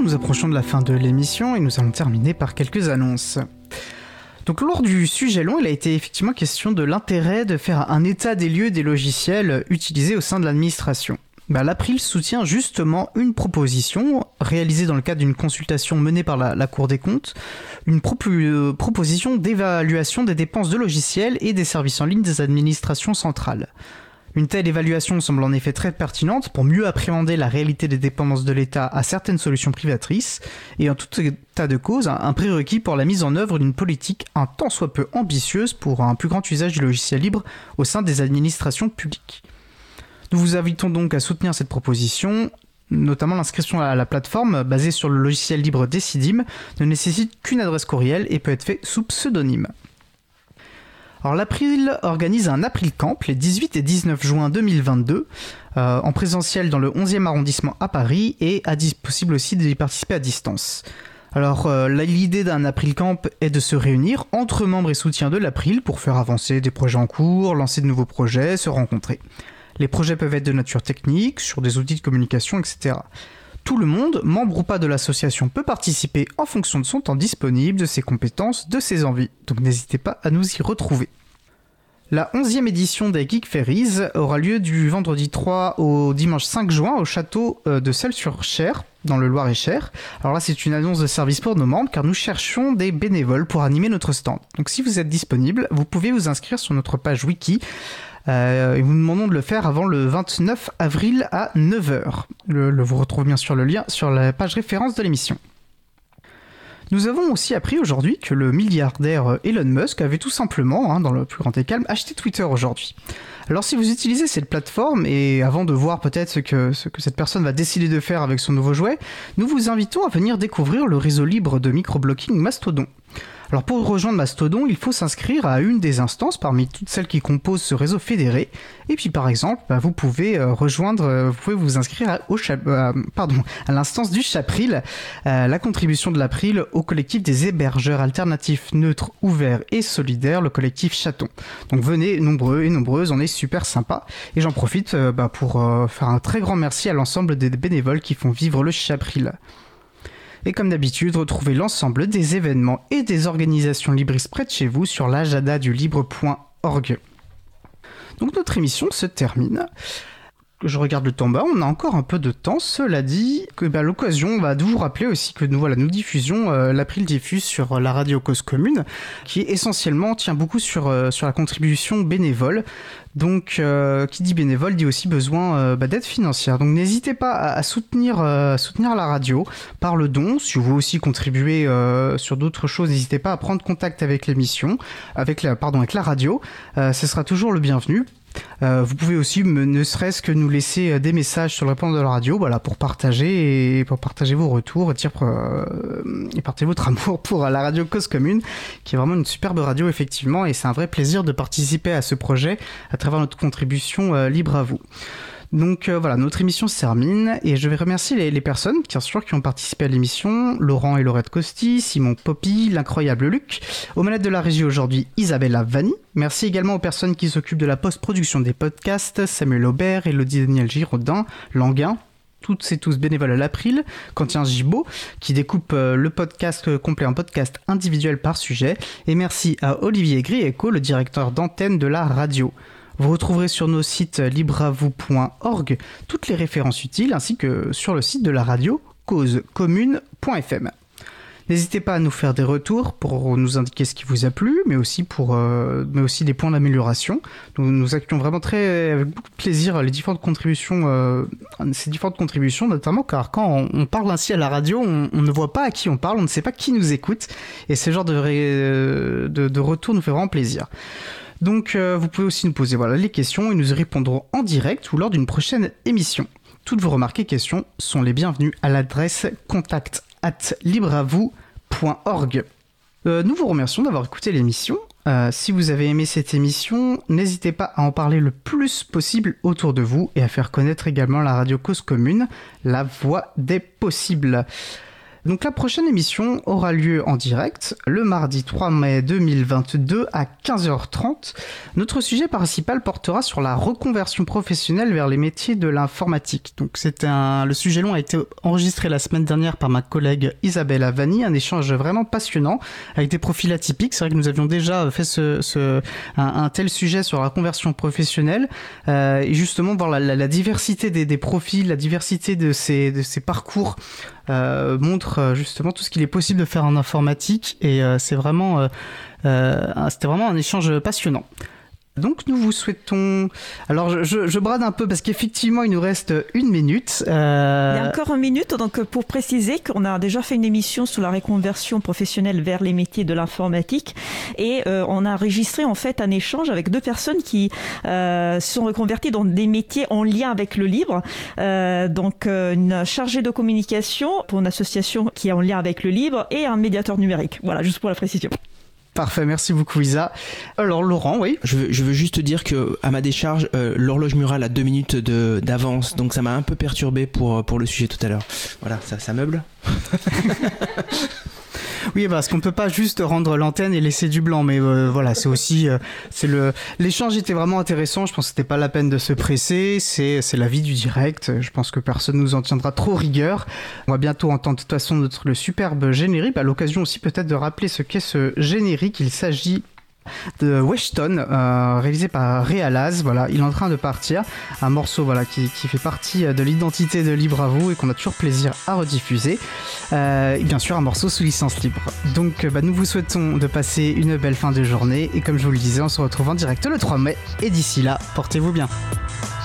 nous approchons de la fin de l'émission et nous allons terminer par quelques annonces. Donc lors du sujet long, il a été effectivement question de l'intérêt de faire un état des lieux des logiciels utilisés au sein de l'administration. L'April soutient justement une proposition réalisée dans le cadre d'une consultation menée par la Cour des comptes, une proposition d'évaluation des dépenses de logiciels et des services en ligne des administrations centrales. Une telle évaluation semble en effet très pertinente pour mieux appréhender la réalité des dépendances de l'État à certaines solutions privatrices et en tout état de cause, un prérequis pour la mise en œuvre d'une politique un tant soit peu ambitieuse pour un plus grand usage du logiciel libre au sein des administrations publiques. Nous vous invitons donc à soutenir cette proposition, notamment l'inscription à la plateforme basée sur le logiciel libre Decidim ne nécessite qu'une adresse courriel et peut être fait sous pseudonyme. Alors l'April organise un April Camp les 18 et 19 juin 2022 en présentiel dans le 11e arrondissement à Paris et possible aussi d'y participer à distance. Alors l'idée d'un April Camp est de se réunir entre membres et soutiens de l'April pour faire avancer des projets en cours, lancer de nouveaux projets, se rencontrer. Les projets peuvent être de nature technique, sur des outils de communication, etc. Tout le monde, membre ou pas de l'association, peut participer en fonction de son temps disponible, de ses compétences, de ses envies. Donc n'hésitez pas à nous y retrouver. La 11e édition des Geek Ferries aura lieu du vendredi 3 au dimanche 5 juin au château de Celles-sur-Cher, dans le Loir-et-Cher. Alors là, c'est une annonce de service pour nos membres, car nous cherchons des bénévoles pour animer notre stand. Donc si vous êtes disponible, vous pouvez vous inscrire sur notre page wiki. Et nous demandons de le faire avant le 29 avril à 9h. Vous retrouvez bien sûr le lien sur la page référence de l'émission. Nous avons aussi appris aujourd'hui que le milliardaire Elon Musk avait tout simplement, dans le plus grand des calmes, acheté Twitter aujourd'hui. Alors si vous utilisez cette plateforme, et avant de voir peut-être ce que cette personne va décider de faire avec son nouveau jouet, nous vous invitons à venir découvrir le réseau libre de microblocking Mastodon. Alors pour rejoindre Mastodon, il faut s'inscrire à une des instances parmi toutes celles qui composent ce réseau fédéré. Et puis par exemple, vous pouvez vous inscrire à l'instance du Chapril, la contribution de l'April au collectif des hébergeurs alternatifs neutres, ouverts et solidaires, le collectif Chaton. Donc venez nombreux et nombreuses, on est super sympa. Et j'en profite pour faire un très grand merci à l'ensemble des bénévoles qui font vivre le Chapril. Et comme d'habitude, retrouvez l'ensemble des événements et des organisations libristes près de chez vous sur l'agenda-du-libre.org. Donc notre émission se termine. Je regarde le temps bas, on a encore un peu de temps. Cela dit, l'occasion va de vous rappeler aussi que nous diffusions, l'April diffuse sur la radio Cause Commune, qui essentiellement tient beaucoup sur la contribution bénévole. Donc, qui dit bénévole dit aussi besoin d'aide financière. Donc, n'hésitez pas à soutenir la radio par le don. Si vous voulez aussi contribuer sur d'autres choses, n'hésitez pas à prendre contact avec l'émission, avec la radio. Ce sera toujours le bienvenu. Vous pouvez aussi, ne serait-ce que nous laisser des messages sur le répondeur de la radio, pour partager vos retours et partager votre amour pour la radio Cause Commune, qui est vraiment une superbe radio effectivement, et c'est un vrai plaisir de participer à ce projet à travers notre contribution libre à vous. Donc notre émission se termine et je vais remercier les personnes bien sûr qui ont participé à l'émission, Laurent et Laurette Costi, Simon Poppy, l'incroyable Luc, aux manettes de la régie aujourd'hui Isabella Vanni. Merci également aux personnes qui s'occupent de la post-production des podcasts, Samuel Aubert, Elodie Daniel Giraudin, Languin, toutes et tous bénévoles à l'April, Quentin Gibaud qui découpe le podcast complet en podcast individuel par sujet, et merci à Olivier Grieco, le directeur d'antenne de la radio. Vous retrouverez sur nos sites libreavou.org toutes les références utiles, ainsi que sur le site de la radio causecommune.fm. N'hésitez pas à nous faire des retours pour nous indiquer ce qui vous a plu, mais aussi des points d'amélioration. Nous accueillons vraiment avec beaucoup de plaisir ces différentes contributions, notamment car quand on parle ainsi à la radio, on ne voit pas à qui on parle, on ne sait pas qui nous écoute, et ce genre de retour nous fait vraiment plaisir. Donc vous pouvez aussi nous poser les questions et nous y répondrons en direct ou lors d'une prochaine émission. Toutes vos remarques et questions sont les bienvenues à l'adresse contact@libreavou.org. Nous vous remercions d'avoir écouté l'émission. Si vous avez aimé cette émission, n'hésitez pas à en parler le plus possible autour de vous et à faire connaître également la radio Cause Commune, la voix des possibles. Donc la prochaine émission aura lieu en direct le mardi 3 mai 2022 à 15h30. Notre sujet principal portera sur la reconversion professionnelle vers les métiers de l'informatique. Donc le sujet long a été enregistré la semaine dernière par ma collègue Isabelle Avani, un échange vraiment passionnant avec des profils atypiques. C'est vrai que nous avions déjà fait un tel sujet sur la conversion professionnelle et justement voir la diversité des profils, la diversité de ces parcours montre justement tout ce qu'il est possible de faire en informatique et c'était vraiment un échange passionnant. Donc nous vous souhaitons... Alors je brade un peu parce qu'effectivement il nous reste 1 minute. Il y a encore 1 minute, donc pour préciser qu'on a déjà fait une émission sur la reconversion professionnelle vers les métiers de l'informatique et on a enregistré en fait un échange avec 2 personnes qui se sont reconverties dans des métiers en lien avec le livre. Donc une chargée de communication pour une association qui est en lien avec le livre et un médiateur numérique. Voilà, juste pour la précision. Parfait, merci beaucoup Isa. Alors Laurent, oui. Je veux juste dire que à ma décharge, l'horloge murale a 2 minutes d'avance, donc ça m'a un peu perturbé pour le sujet tout à l'heure. Voilà, ça meuble. Oui, parce qu'on ne peut pas juste rendre l'antenne et laisser du blanc, mais voilà, c'est aussi... l'échange était vraiment intéressant, je pense que c'était pas la peine de se presser, c'est la vie du direct, je pense que personne nous en tiendra trop rigueur. On va bientôt entendre de toute façon le superbe générique, à l'occasion aussi peut-être de rappeler ce qu'est ce générique. Il s'agit de Weston, réalisé par Réalaz. Voilà, il est en train de partir, un morceau qui fait partie de l'identité de Libre à vous et qu'on a toujours plaisir à rediffuser, et bien sûr un morceau sous licence libre. Donc nous vous souhaitons de passer une belle fin de journée et comme je vous le disais, on se retrouve en direct le 3 mai et d'ici là, portez-vous bien.